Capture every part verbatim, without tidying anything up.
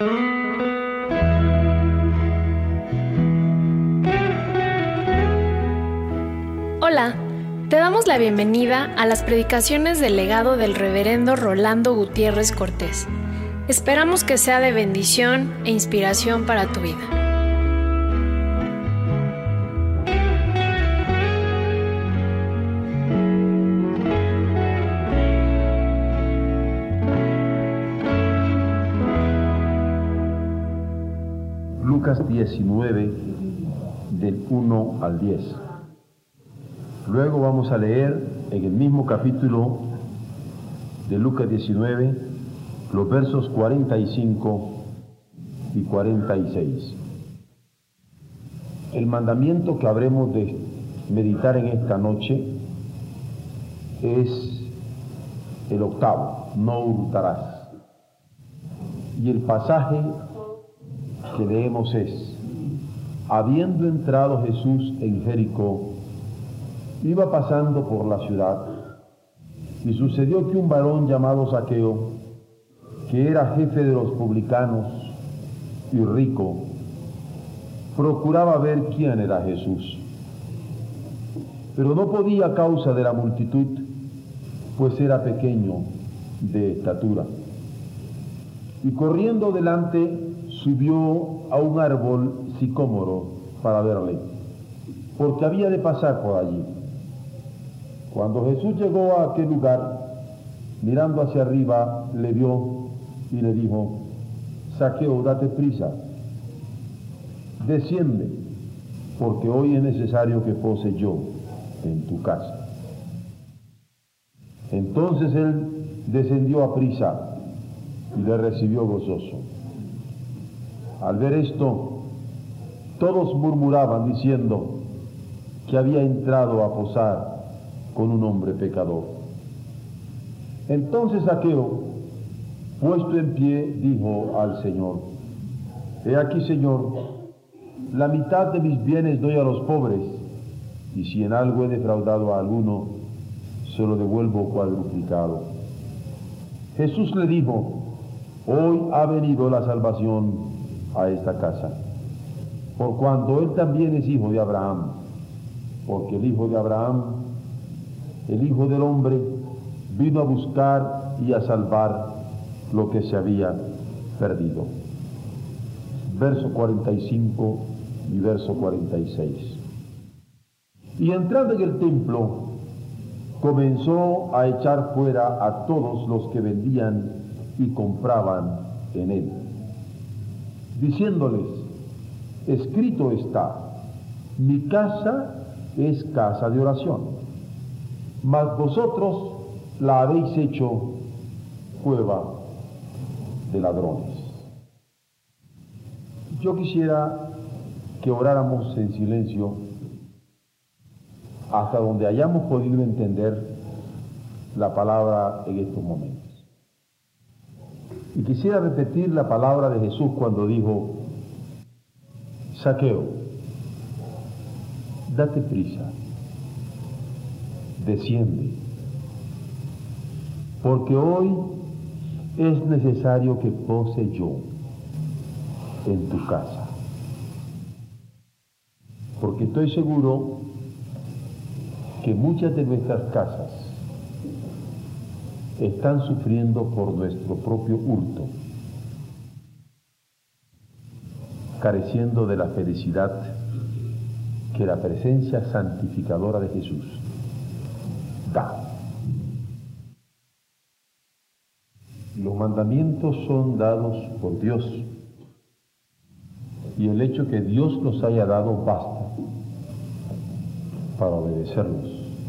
Hola, te damos la bienvenida a las predicaciones del legado del reverendo Rolando Gutiérrez Cortés. Esperamos que sea de bendición e inspiración para tu vida. Lucas diecinueve, del uno al diez. Luego vamos a leer en el mismo capítulo de Lucas diecinueve, los versos cuarenta y cinco y cuarenta y seis. El mandamiento que habremos de meditar en esta noche es el octavo: no hurtarás. Y el pasaje que leemos es: habiendo entrado Jesús en Jericó, iba pasando por la ciudad, y sucedió que un varón llamado Zaqueo, que era jefe de los publicanos y rico, procuraba ver quién era Jesús, pero no podía a causa de la multitud, pues era pequeño de estatura. Y corriendo delante, subió a un árbol sicómoro para verle, porque había de pasar por allí. Cuando Jesús llegó a aquel lugar, mirando hacia arriba, le vio y le dijo: Zaqueo, date prisa, desciende, porque hoy es necesario que pose yo en tu casa. Entonces él descendió a prisa y le recibió gozoso. Al ver esto, todos murmuraban diciendo que había entrado a posar con un hombre pecador. Entonces Zaqueo, puesto en pie, dijo al Señor: He aquí, Señor, la mitad de mis bienes doy a los pobres, y si en algo he defraudado a alguno, se lo devuelvo cuadruplicado. Jesús le dijo: Hoy ha venido la salvación a esta casa, por cuanto él también es hijo de Abraham, porque el hijo de Abraham, el Hijo del Hombre, vino a buscar y a salvar lo que se había perdido. Verso cuarenta y cinco y verso cuarenta y seis. Y entrando en el templo, comenzó a echar fuera a todos los que vendían y compraban en él, diciéndoles: escrito está, mi casa es casa de oración, mas vosotros la habéis hecho cueva de ladrones. Yo quisiera que oráramos en silencio hasta donde hayamos podido entender la palabra en estos momentos. Y quisiera repetir la palabra de Jesús cuando dijo: Zaqueo, date prisa, desciende, porque hoy es necesario que pose yo en tu casa. Porque estoy seguro que muchas de nuestras casas están sufriendo por nuestro propio hurto, careciendo de la felicidad que la presencia santificadora de Jesús da. Los mandamientos son dados por Dios, y el hecho que Dios los haya dado basta para obedecerlos.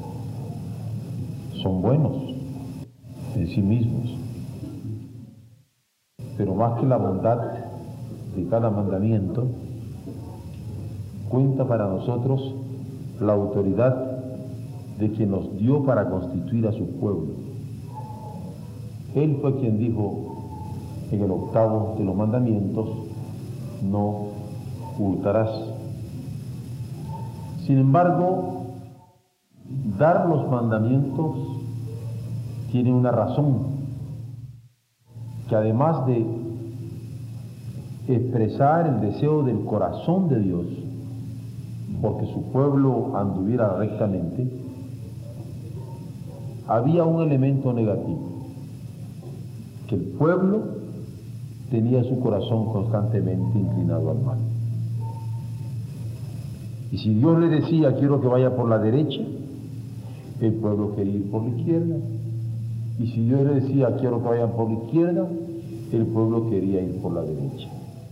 Son buenos en sí mismos, pero más que la bondad de cada mandamiento, cuenta para nosotros la autoridad de quien nos dio para constituir a su pueblo. Él fue quien dijo en el octavo de los mandamientos: no hurtarás. Sin embargo, dar los mandamientos tiene una razón, que además de expresar el deseo del corazón de Dios porque su pueblo anduviera rectamente, había un elemento negativo, que el pueblo tenía su corazón constantemente inclinado al mal. Y si Dios le decía, quiero que vaya por la derecha, el pueblo quería ir por la izquierda. Y si Dios le decía, quiero que vayan por la izquierda, el pueblo quería ir por la derecha.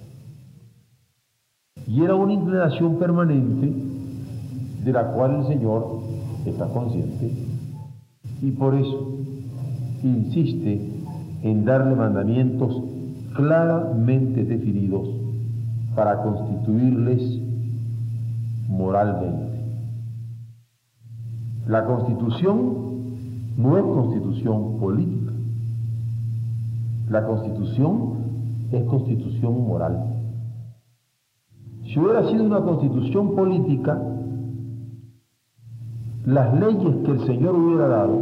Y era una inclinación permanente de la cual el Señor está consciente y por eso insiste en darle mandamientos claramente definidos para constituirles moralmente. La Constitución no es constitución política. La Constitución es constitución moral. Si hubiera sido una constitución política, las leyes que el Señor hubiera dado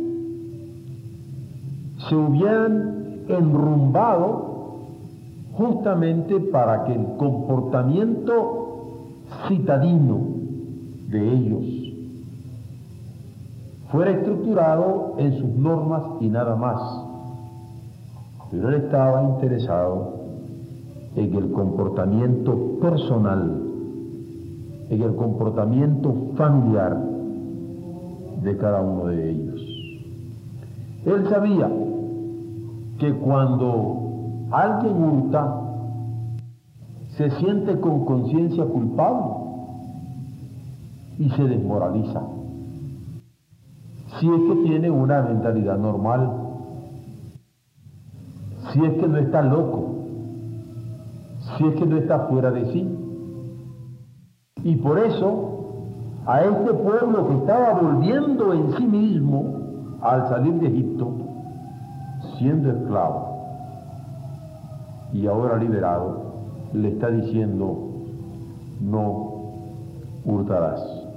se hubieran enrumbado justamente para que el comportamiento citadino de ellos fuera estructurado en sus normas y nada más. Pero él estaba interesado en el comportamiento personal, en el comportamiento familiar de cada uno de ellos. Él sabía que cuando alguien hurta, se siente con conciencia culpable y se desmoraliza. Si es que tiene una mentalidad normal, si es que no está loco, si es que no está fuera de sí. Y por eso, a este pueblo que estaba volviendo en sí mismo al salir de Egipto, siendo esclavo y ahora liberado, le está diciendo, no hurtarás.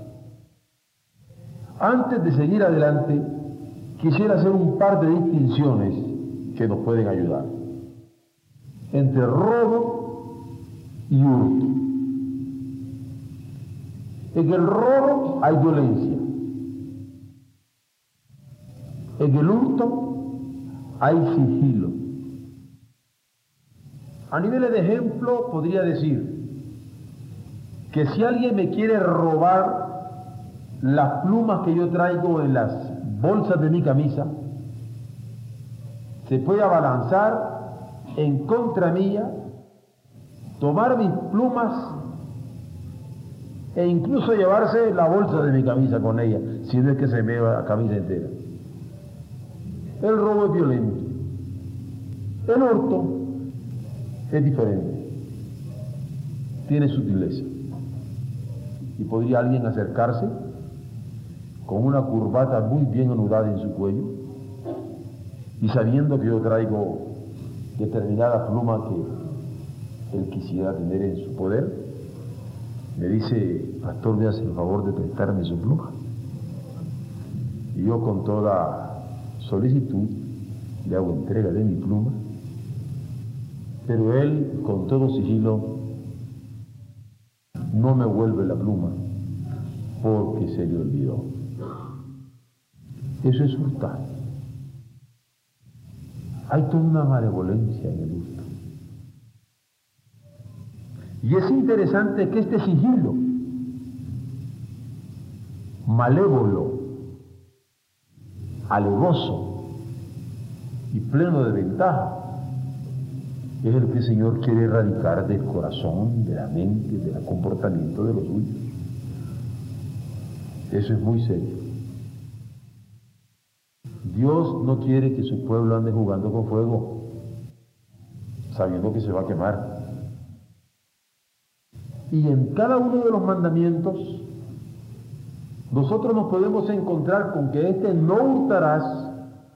Antes de seguir adelante, quisiera hacer un par de distinciones que nos pueden ayudar entre robo y hurto. En el robo hay violencia. En el hurto hay sigilo. A nivel de ejemplo, podría decir que si alguien me quiere robar las plumas que yo traigo en las bolsas de mi camisa, se puede abalanzar en contra mía, tomar mis plumas e incluso llevarse la bolsa de mi camisa con ella, si no es que se me va la camisa entera. El robo es violento. El hurto es diferente. Tiene sutileza. Y podría alguien acercarse con una corbata muy bien anudada en su cuello y sabiendo que yo traigo determinada pluma que él quisiera tener en su poder, me dice, pastor, me hace el favor de prestarme su pluma. Y yo con toda solicitud le hago entrega de mi pluma, pero él con todo sigilo no me vuelve la pluma porque se le olvidó. Eso es hurtar. Hay toda una malevolencia en el hurto. Y es interesante que este sigilo malévolo, alevoso y pleno de ventaja es el que el Señor quiere erradicar del corazón, de la mente, del comportamiento de los suyos. Eso es muy serio. Dios no quiere que su pueblo ande jugando con fuego, sabiendo que se va a quemar. Y en cada uno de los mandamientos, nosotros nos podemos encontrar con que este no hurtarás,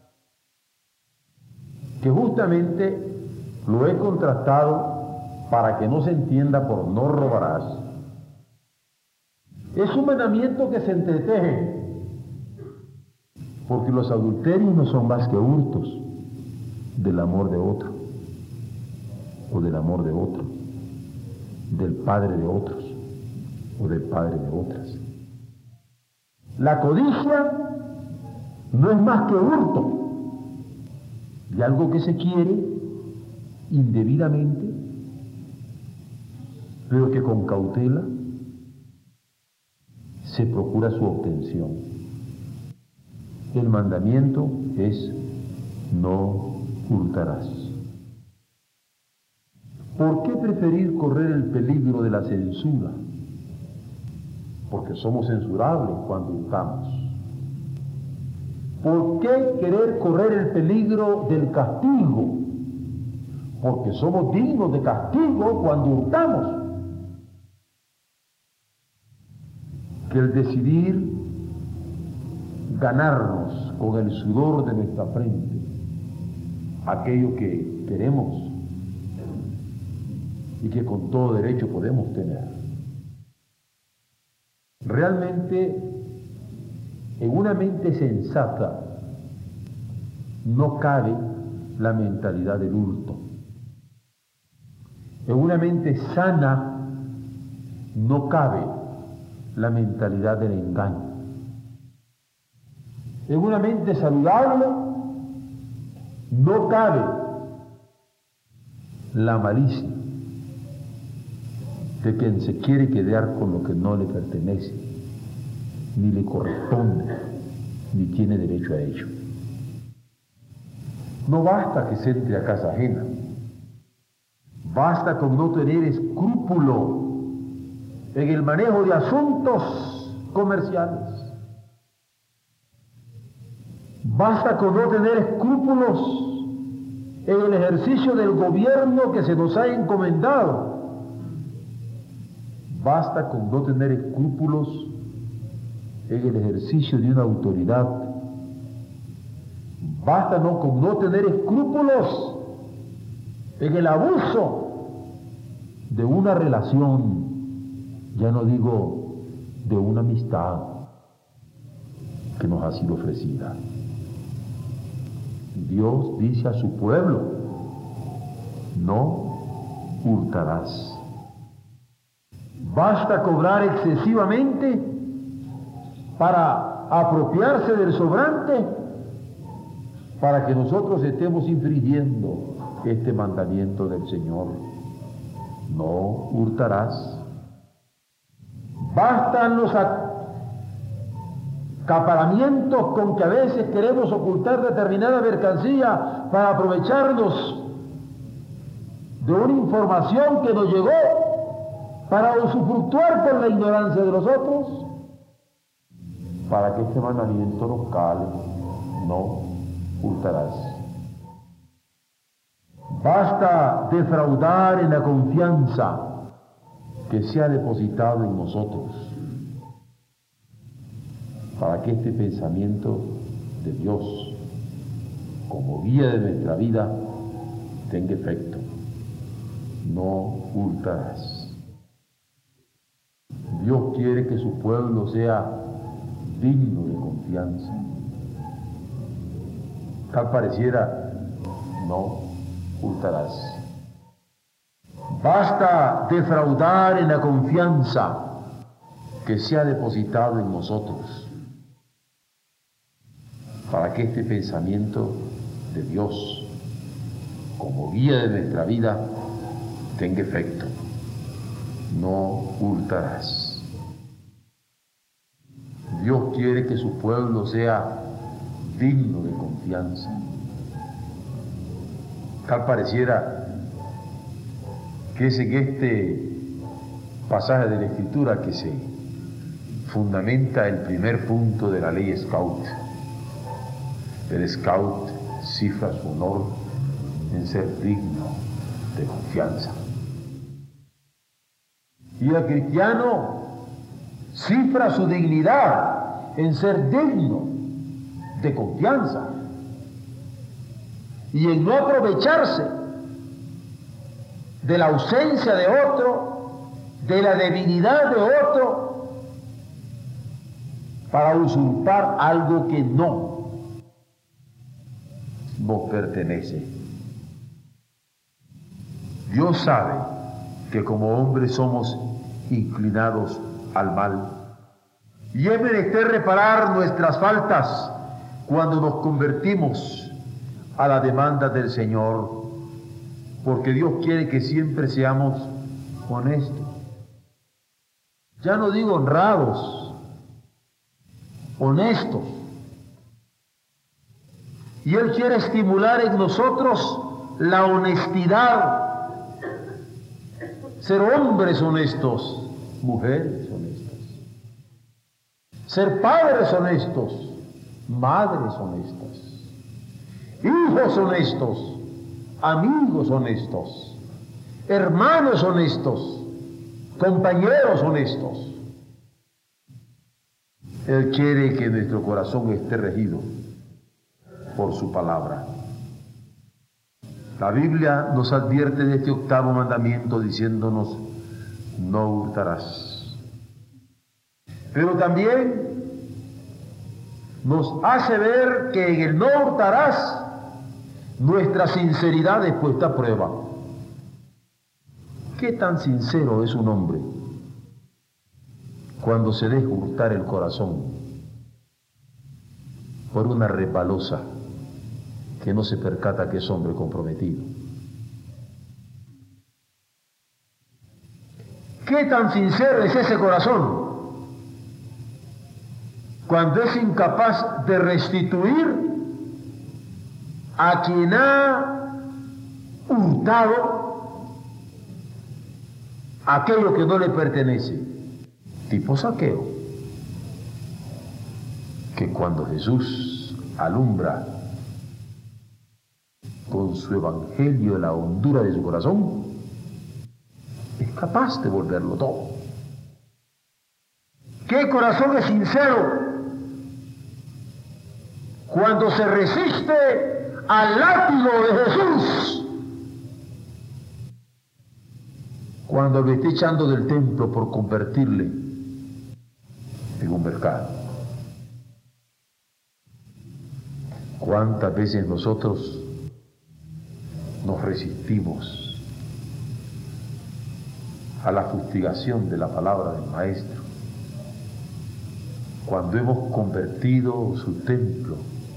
que justamente lo he contrastado para que no se entienda por no robarás. Es un mandamiento que se entreteje, porque los adulterios no son más que hurtos del amor de otro. o del amor de otro, del padre de otros o del padre de otras. La codicia no es más que hurto de algo que se quiere indebidamente, pero que con cautela se procura su obtención. El mandamiento es: no hurtarás. ¿Por qué preferir correr el peligro de la censura? Porque somos censurables cuando hurtamos. ¿Por qué querer correr el peligro del castigo? Porque somos dignos de castigo cuando hurtamos. Que el decidir ganarnos con el sudor de nuestra frente aquello que queremos y que con todo derecho podemos tener. Realmente, en una mente sensata no cabe la mentalidad del hurto. En una mente sana no cabe la mentalidad del engaño. En una mente saludable no cabe la malicia de quien se quiere quedar con lo que no le pertenece, ni le corresponde, ni tiene derecho a ello. No basta que se entre a casa ajena, basta con no tener escrúpulo en el manejo de asuntos comerciales, basta con no tener escrúpulos en el ejercicio del gobierno que se nos ha encomendado, basta con no tener escrúpulos en el ejercicio de una autoridad, basta no, con no tener escrúpulos en el abuso de una relación, ya no digo de una amistad que nos ha sido ofrecida. Dios dice a su pueblo: no hurtarás. Basta cobrar excesivamente para apropiarse del sobrante, para que nosotros estemos infringiendo este mandamiento del Señor: no hurtarás. Bastan los acaparamientos con que a veces queremos ocultar determinada mercancía para aprovecharnos de una información que nos llegó, para usufructuar por la ignorancia de los otros, para que este mandamiento nos cale: no hurtarás. Basta defraudar en la confianza que se ha depositado en nosotros, para que este pensamiento de Dios como guía de nuestra vida tenga efecto: no hurtarás. Dios quiere que su pueblo sea digno de confianza. Tal pareciera: no hurtarás. Basta defraudar en la confianza que se ha depositado en nosotros, para que este pensamiento de Dios como guía de nuestra vida tenga efecto: no hurtarás. Dios quiere que su pueblo sea digno de confianza. Tal pareciera que es en este pasaje de la Escritura que se fundamenta el primer punto de la ley Scout. El Scout cifra su honor en ser digno de confianza. Y el cristiano cifra su dignidad en ser digno de confianza y en no aprovecharse de la ausencia de otro, de la debilidad de otro, para usurpar algo que no nos pertenece. Dios sabe que como hombres somos inclinados al mal. Y es menester reparar nuestras faltas cuando nos convertimos a la demanda del Señor, porque Dios quiere que siempre seamos honestos. Ya no digo honrados, honestos. Y Él quiere estimular en nosotros la honestidad, ser hombres honestos, mujeres honestas, ser padres honestos, madres honestas, hijos honestos, amigos honestos, hermanos honestos, compañeros honestos. Él quiere que nuestro corazón esté regido por su palabra. La Biblia nos advierte de este octavo mandamiento diciéndonos: no hurtarás. Pero también nos hace ver que en el no hurtarás nuestra sinceridad es puesta a prueba. ¿Qué tan sincero es un hombre cuando se deja hurtar el corazón por una resbalosa que no se percata que es hombre comprometido? ¿Qué tan sincero es ese corazón cuando es incapaz de restituir a quien ha hurtado aquello que no le pertenece? Tipo Zaqueo, que cuando Jesús alumbra con su evangelio la hondura de su corazón, es capaz de volverlo todo. ¿Qué corazón es sincero cuando se resiste al látigo de Jesús? Cuando lo esté echando del templo por convertirle en un mercado. ¿Cuántas veces nosotros nos resistimos a la fustigación de la palabra del Maestro cuando hemos convertido su templo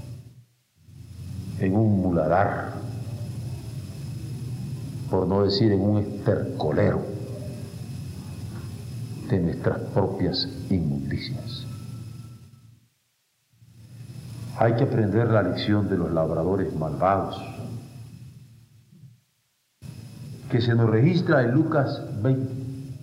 en un muladar, por no decir en un estercolero de nuestras propias inmundicias? Hay que aprender la lección de los labradores malvados, que se nos registra en Lucas veinte,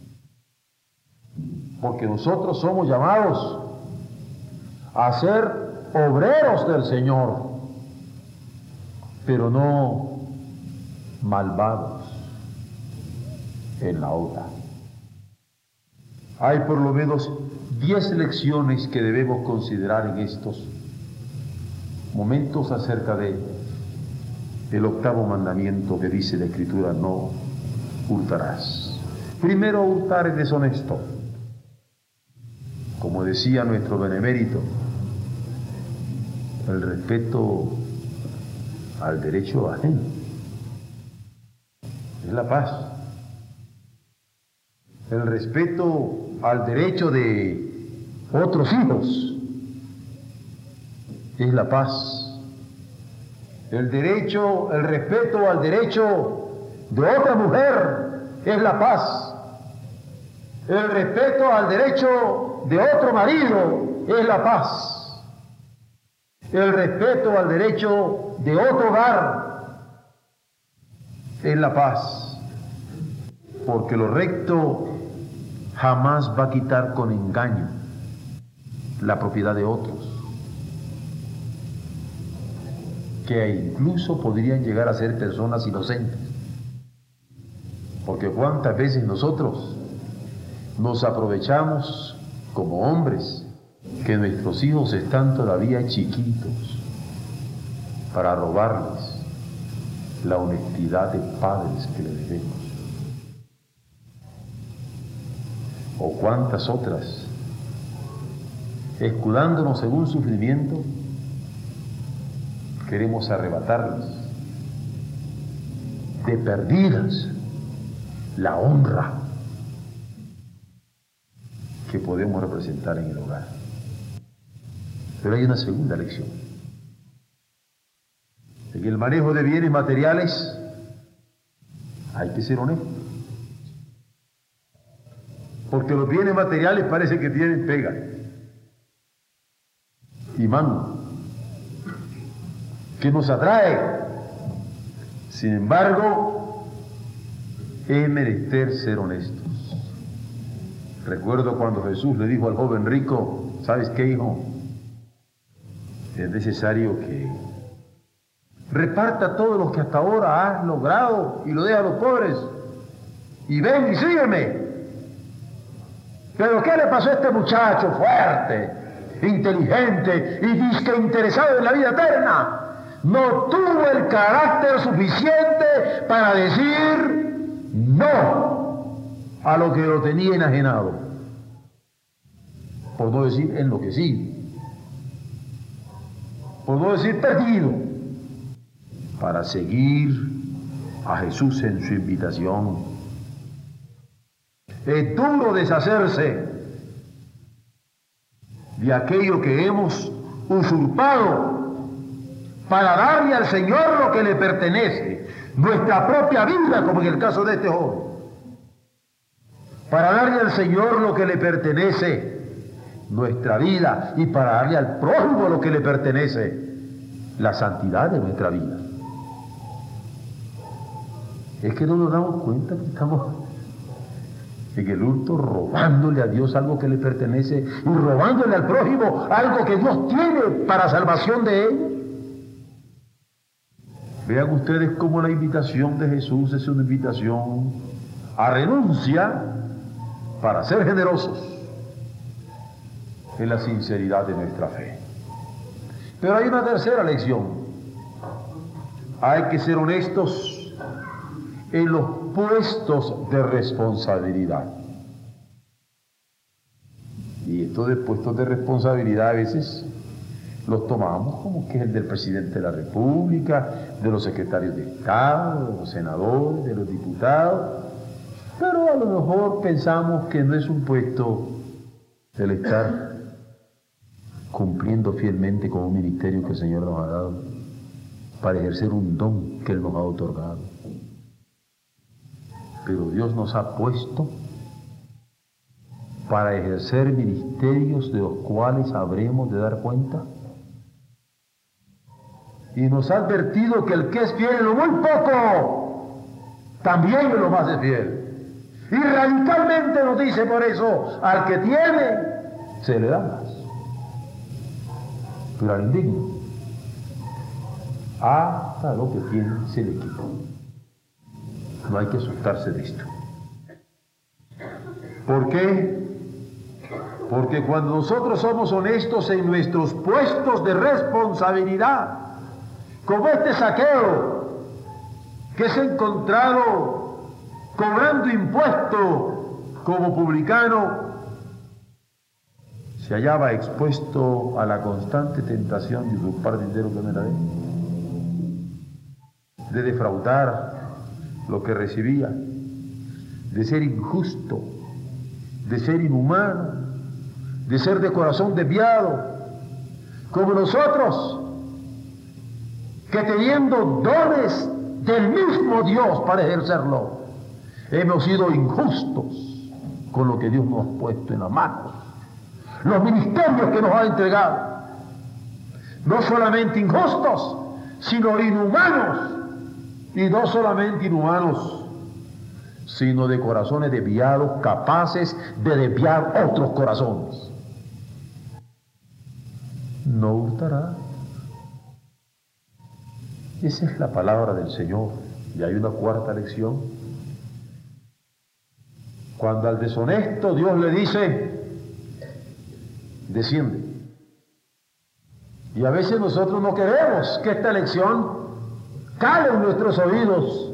porque nosotros somos llamados a ser obreros del Señor, pero no malvados en la obra. Hay por lo menos diez lecciones que debemos considerar en estos momentos acerca de el octavo mandamiento que dice la Escritura: no hurtarás. Primero, hurtar es deshonesto. Como decía nuestro benemérito, el respeto al derecho ajeno es la paz. El respeto al derecho de otros hijos es la paz. El derecho, el respeto al derecho de otra mujer es la paz. El respeto al derecho de otro marido es la paz. El respeto al derecho de otro hogar es la paz. Porque lo recto jamás va a quitar con engaño la propiedad de otros, que incluso podrían llegar a ser personas inocentes. Porque cuántas veces nosotros nos aprovechamos como hombres que nuestros hijos están todavía chiquitos para robarles la honestidad de padres que les debemos. O cuántas otras, escudándonos en un sufrimiento, queremos arrebatarles de perdidas la honra que podemos representar en el hogar. Pero hay una segunda lección. En el manejo de bienes materiales hay que ser honesto. Porque los bienes materiales parece que tienen pega y mango, que nos atrae. Sin embargo, es menester ser honestos. Recuerdo cuando Jesús le dijo al joven rico, ¿sabes qué, hijo? Es necesario que reparta todo lo que hasta ahora has logrado y lo deja a los pobres. Y ven y sígueme. Pero ¿qué le pasó a este muchacho fuerte, inteligente y disque interesado en la vida eterna? No tuvo el carácter suficiente para decir no a lo que lo tenía enajenado, por no decir enloquecido, por no decir perdido, para seguir a Jesús en su invitación. Es duro deshacerse de aquello que hemos usurpado para darle al Señor lo que le pertenece, nuestra propia vida, como en el caso de este joven. Para darle al Señor lo que le pertenece, nuestra vida, y para darle al prójimo lo que le pertenece, la santidad de nuestra vida. Es que no nos damos cuenta que estamos en el hurto, robándole a Dios algo que le pertenece y robándole al prójimo algo que Dios tiene para salvación de él. Vean ustedes cómo la invitación de Jesús es una invitación a renuncia para ser generosos en la sinceridad de nuestra fe. Pero hay una tercera lección. Hay que ser honestos en los puestos de responsabilidad. Y estos de puestos de responsabilidad a veces los tomamos como que es el del presidente de la República, de los secretarios de Estado, de los senadores, de los diputados, pero a lo mejor pensamos que no es un puesto el estar cumpliendo fielmente con un ministerio que el Señor nos ha dado para ejercer un don que Él nos ha otorgado. Pero Dios nos ha puesto para ejercer ministerios de los cuales habremos de dar cuenta. Y nos ha advertido que el que es fiel en lo muy poco, también en lo más es fiel. Y radicalmente nos dice por eso, al que tiene, se le da más. Pero al indigno, hasta lo que tiene, se le quita. No hay que asustarse de esto. ¿Por qué? Porque cuando nosotros somos honestos en nuestros puestos de responsabilidad, como este Zaqueo, que se ha encontrado cobrando impuesto como publicano, se hallaba expuesto a la constante tentación de usurpar dinero que no era de él, de defraudar lo que recibía, de ser injusto, de ser inhumano, de ser de corazón desviado, como nosotros, que teniendo dones del mismo Dios para ejercerlo, hemos sido injustos con lo que Dios nos ha puesto en la mano, los ministerios que nos ha entregado, no solamente injustos, sino inhumanos. Y no solamente inhumanos, sino de corazones desviados, capaces de desviar otros corazones. No hurtarás. Esa es la palabra del Señor. Y hay una cuarta lección. Cuando al deshonesto Dios le dice, desciende. Y a veces nosotros no queremos que esta lección cale en nuestros oídos.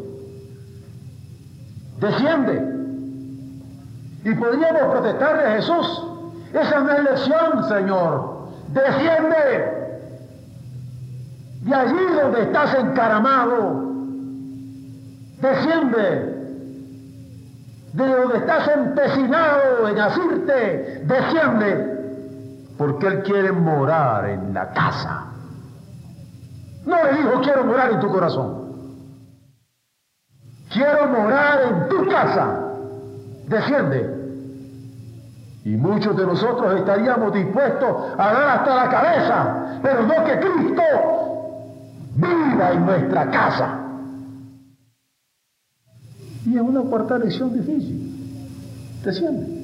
Desciende. Y podríamos protestarle a Jesús, esa no es lección, Señor. Desciende de allí donde estás encaramado. Desciende. de donde estás empecinado en asirte, desciende, porque Él quiere morar en la casa. No le dijo, quiero morar en tu corazón. Quiero morar en tu casa. Desciende. Y muchos de nosotros estaríamos dispuestos a dar hasta la cabeza, pero no que Cristo viva en nuestra casa. Y es una cuarta lección difícil. Desciende.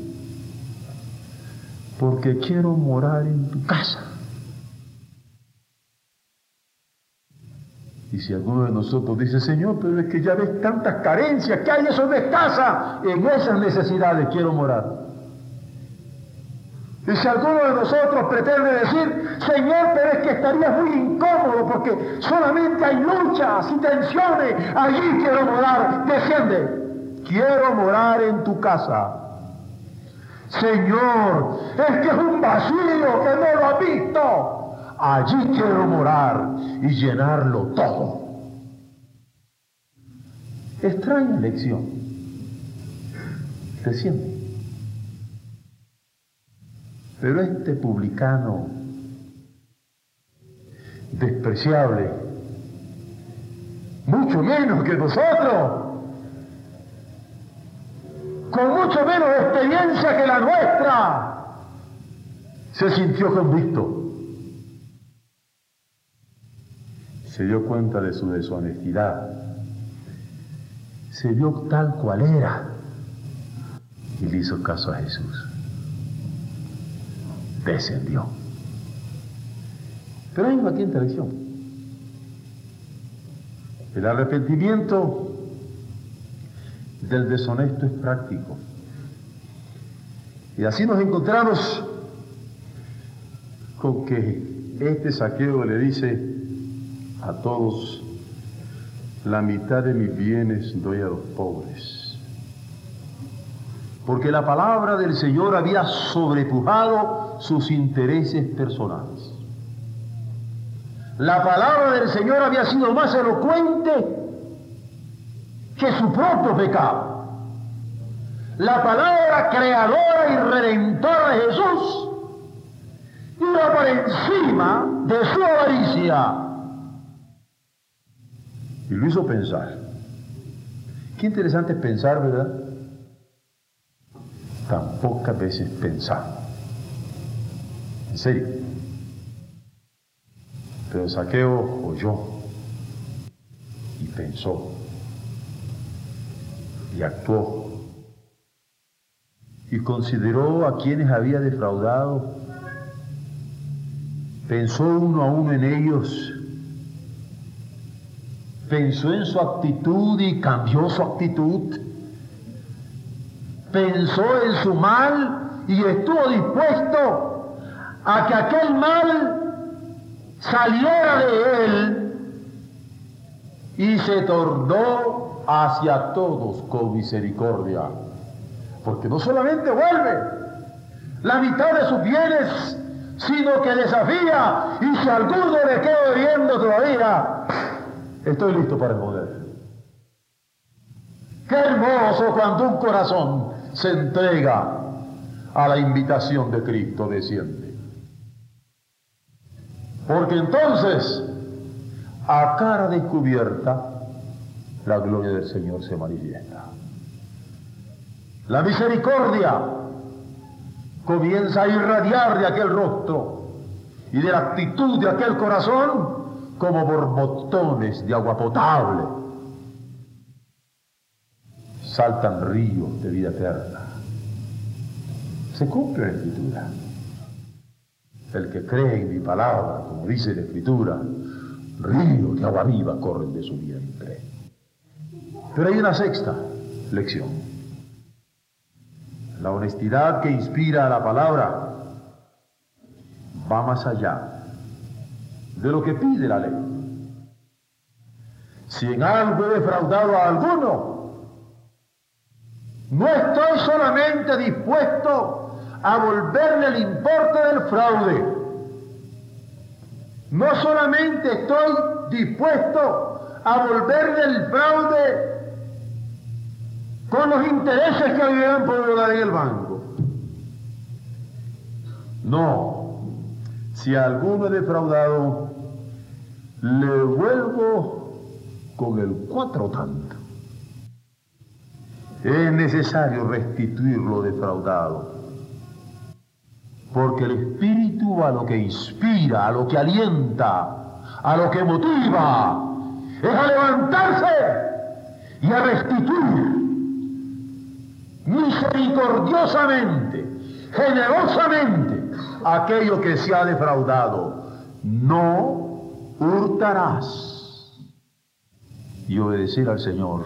Porque quiero morar en tu casa. Y si alguno de nosotros dice, Señor, pero es que ya ves tantas carencias que hay, eso no es casa, en esas necesidades quiero morar. Y si alguno de nosotros pretende decir, Señor, pero es que estaría muy incómodo porque solamente hay luchas y tensiones, allí quiero morar, desciende. Quiero morar en tu casa. Señor, es que es un vacío que no lo has visto. Allí quiero morar y llenarlo todo. Extraña lección. Desciende. Pero este publicano despreciable, mucho menos que nosotros, con mucho menos experiencia que la nuestra, se sintió convicto. Se dio cuenta de su deshonestidad, se vio tal cual era y le hizo caso a Jesús. Descendió. Pero hay una quinta lección. El arrepentimiento del deshonesto es práctico. Y así nos encontramos con que este Zaqueo le dice a todos, la mitad de mis bienes doy a los pobres. Porque la palabra del Señor había sobrepujado sus intereses personales. La palabra del Señor había sido más elocuente que su propio pecado. La palabra creadora y redentora de Jesús iba por encima de su avaricia. Y lo hizo pensar. Qué interesante es pensar, ¿verdad? Tan pocas veces pensamos. En serio. Pero Zaqueo oyó y pensó y actuó y consideró a quienes había defraudado, pensó uno a uno en ellos, pensó en su actitud y cambió su actitud, pensó en su mal y estuvo dispuesto a que aquel mal saliera de él y se tornó hacia todos con misericordia, porque no solamente vuelve la mitad de sus bienes, sino que desafía, y si alguno le queda viendo todavía, estoy listo para responder. Qué hermoso cuando un corazón se entrega a la invitación de Cristo, desciende. Porque entonces, a cara descubierta, la gloria del Señor se manifiesta. La misericordia comienza a irradiar de aquel rostro y de la actitud de aquel corazón como borbotones de agua potable. Saltan ríos de vida eterna. Se cumple la Escritura. El que cree en mi palabra, como dice la Escritura, ríos de agua viva corren de su vientre. Pero hay una sexta lección. La honestidad que inspira a la palabra va más allá de lo que pide la ley. Si en algo he defraudado a alguno, no estoy solamente dispuesto a volverle el importe del fraude. No solamente estoy dispuesto a volverle el fraude con los intereses que habían podido dar en el banco. No, si a alguno he defraudado, le vuelvo con el cuatro tanto. Es necesario restituir lo defraudado, porque el espíritu a lo que inspira, a lo que alienta, a lo que motiva, es a levantarse y a restituir misericordiosamente, generosamente, aquello que se ha defraudado. No hurtarás. Y obedecer al Señor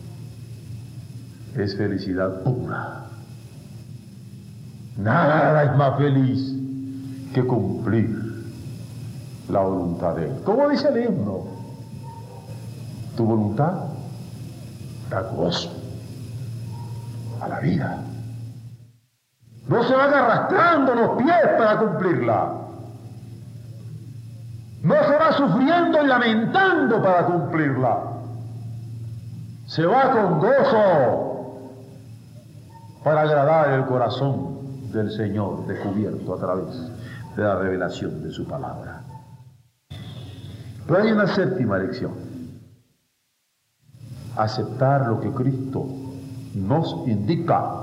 es felicidad pura. Nada es más feliz que cumplir la voluntad de Él. Como dice el himno, tu voluntad da gozo a la vida. No se van arrastrando los pies para cumplirla. No se va sufriendo y lamentando para cumplirla. Se va con gozo para agradar el corazón del Señor, descubierto a través de la revelación de su palabra. Pero hay una séptima lección: aceptar lo que Cristo nos indica.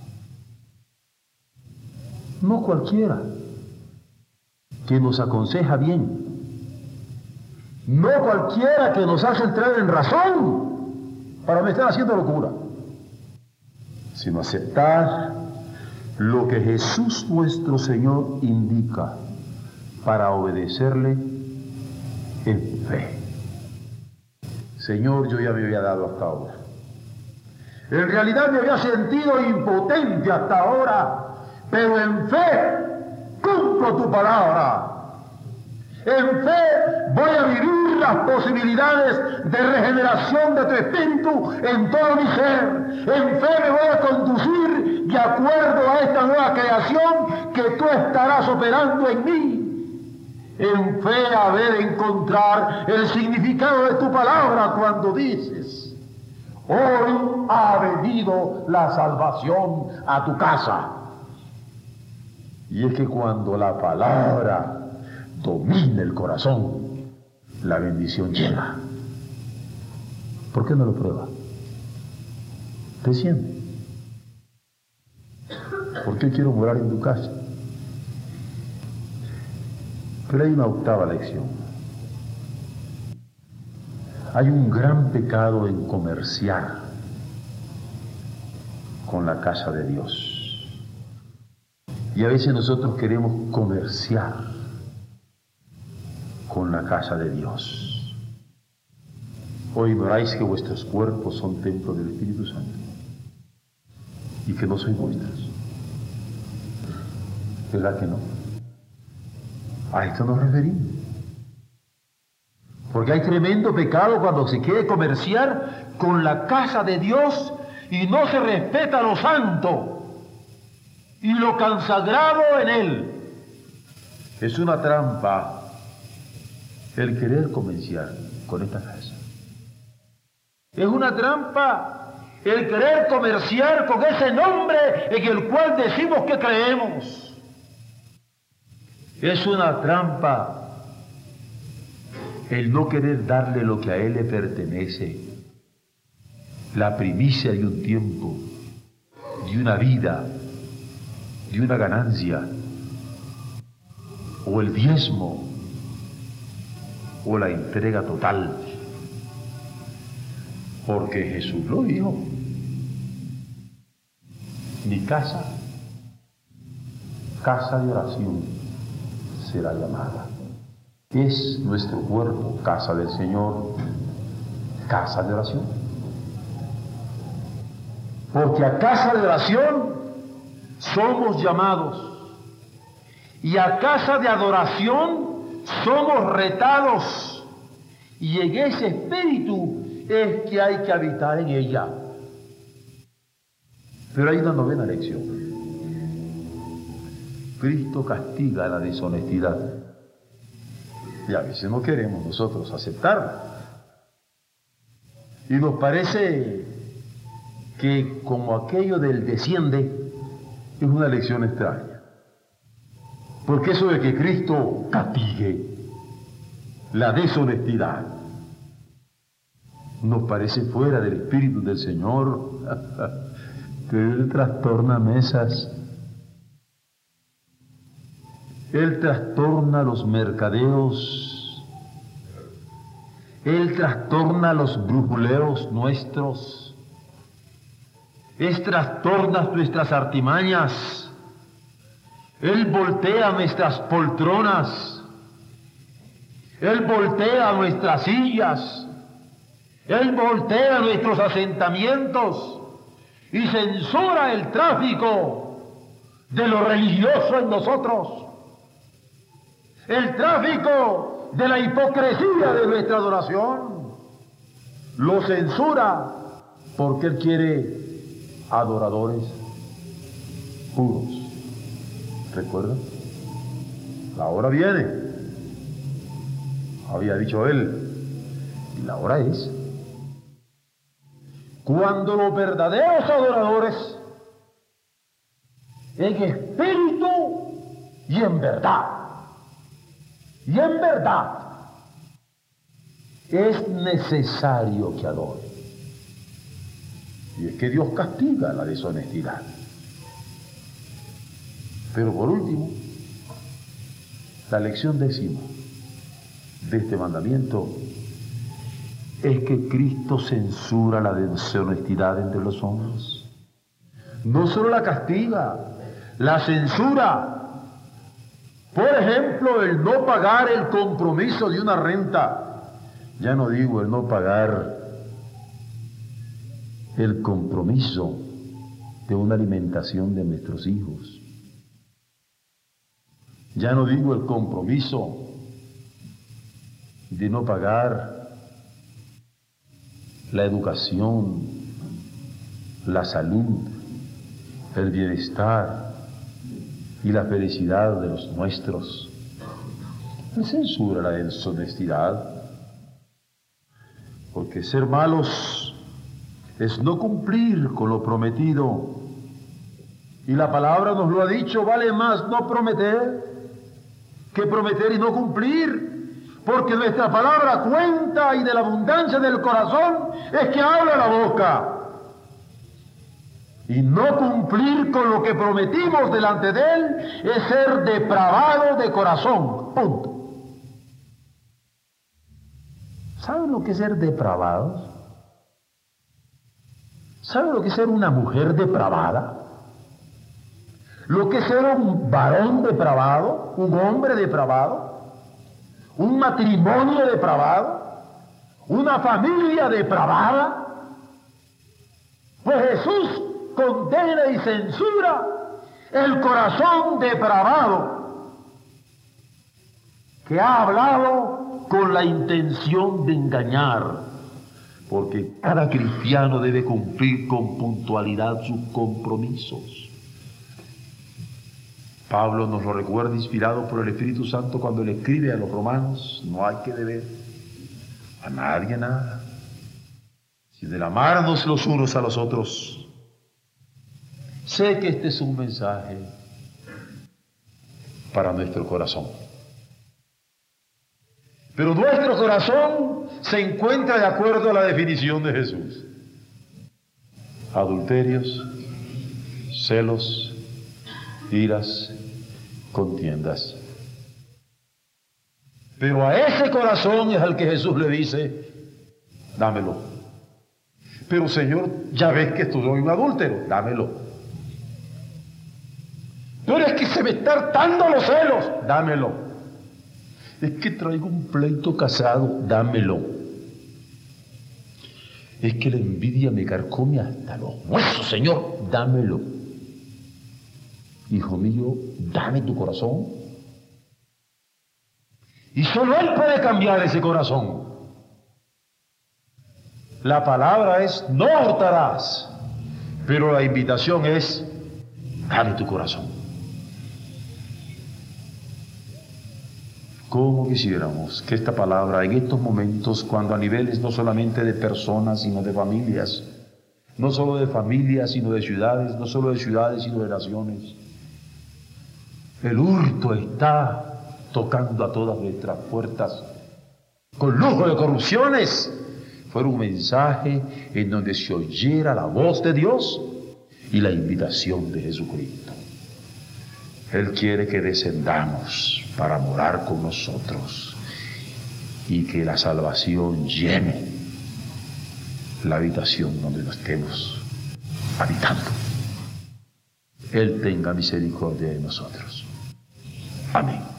No cualquiera que nos aconseja bien, no cualquiera que nos hace entrar en razón para no estar haciendo locura, sino aceptar lo que Jesús nuestro Señor indica para obedecerle en fe. Señor, yo ya me había dado hasta ahora. En realidad me había sentido impotente hasta ahora, pero en fe cumplo tu palabra. En fe voy a vivir las posibilidades de regeneración de tu espíritu en todo mi ser. En fe me voy a conducir de acuerdo a esta nueva creación que tú estarás operando en mí. En fe haber de encontrar el significado de tu palabra cuando dices: hoy ha venido la salvación a tu casa. Y es que cuando la palabra domina el corazón, la bendición llega. ¿Por qué no lo prueba? ¿Te sientes? ¿Por qué quiero morar en tu casa? Pero hay una octava lección. Hay un gran pecado en comerciar con la casa de Dios. Y a veces nosotros queremos comerciar con la casa de Dios. ¿O ignoráis que vuestros cuerpos son templo del Espíritu Santo y que no sois vuestros? ¿Verdad que no? A esto nos referimos. Porque hay tremendo pecado cuando se quiere comerciar con la casa de Dios y no se respeta lo santo y lo consagrado en Él. Es una trampa el querer comerciar con esta casa. Es una trampa el querer comerciar con ese nombre en el cual decimos que creemos. Es una trampa el no querer darle lo que a Él le pertenece, la primicia de un tiempo, de una vida, de una ganancia, o el diezmo, o la entrega total. Porque Jesús lo dijo: mi casa, casa de oración será llamada. Es nuestro cuerpo, casa del Señor, casa de oración. Porque a casa de oración somos llamados, y a casa de adoración somos retados, y en ese espíritu es que hay que habitar en ella. Pero hay una novena lección. Cristo castiga la deshonestidad, y a veces no queremos nosotros aceptarla, y nos parece que como aquello del desciende es una lección extraña. Porque eso de que Cristo castigue la deshonestidad nos parece fuera del espíritu del Señor. Pero Él trastorna mesas, Él trastorna los mercadeos, Él trastorna los brujuleos nuestros, Él trastorna nuestras artimañas, Él voltea nuestras poltronas, Él voltea nuestras sillas, Él voltea nuestros asentamientos y censura el tráfico de lo religioso en nosotros, el tráfico de la hipocresía de nuestra adoración. Lo censura porque Él quiere adoradores puros. ¿Recuerdan? La hora viene, había dicho Él, y la hora es cuando los verdaderos adoradores, en espíritu y en verdad, y en verdad, es necesario que adoren. Y es que Dios castiga la deshonestidad. Pero por último, la lección décima de este mandamiento es que Cristo censura la deshonestidad entre los hombres. No solo la castiga, la censura. Por ejemplo, el no pagar el compromiso de una renta. Ya no digo el no pagar el compromiso de una alimentación de nuestros hijos. Ya no digo el compromiso de no pagar la educación, la salud, el bienestar y la felicidad de los nuestros. Él censura la deshonestidad, porque ser malos es no cumplir con lo prometido. Y la palabra nos lo ha dicho, vale más no prometer que prometer y no cumplir. Porque nuestra palabra cuenta y de la abundancia del corazón es que habla la boca. Y no cumplir con lo que prometimos delante de Él es ser depravado de corazón. Punto. ¿Saben lo que es ser depravados? ¿Saben lo que es ser una mujer depravada? ¿Lo que es ser un varón depravado? ¿Un hombre depravado? ¿Un matrimonio depravado? ¿Una familia depravada? Pues Jesús condena y censura el corazón depravado que ha hablado con la intención de engañar, porque cada cristiano debe cumplir con puntualidad sus compromisos. Pablo nos lo recuerda, inspirado por el Espíritu Santo, cuando le escribe a los romanos: no hay que deber a nadie nada, sino el amarnos los unos a los otros. Sé que este es un mensaje para nuestro corazón, pero nuestro corazón se encuentra de acuerdo a la definición de Jesús: adulterios, celos, iras, contiendas. Pero a ese corazón es al que Jesús le dice: dámelo. Pero Señor, ya ves que estoy un adúltero, dámelo. Pero es que se me están hartando los celos, dámelo. Es que traigo un pleito casado, dámelo. Es que la envidia me carcome hasta los huesos, Señor, dámelo. Hijo mío, dame tu corazón. Y solo Él puede cambiar ese corazón. La palabra es: no hurtarás. Pero la invitación es: dame tu corazón. ¿Cómo quisiéramos que esta palabra, en estos momentos, cuando a niveles no solamente de personas, sino de familias, no solo de familias, sino de ciudades, no solo de ciudades, sino de naciones. El hurto está tocando a todas nuestras puertas con lujo de corrupciones. Fuera un mensaje en donde se oyera la voz de Dios y la invitación de Jesucristo. Él quiere que descendamos para morar con nosotros y que la salvación llene la habitación donde nos estemos habitando. Él tenga misericordia de nosotros. Amén.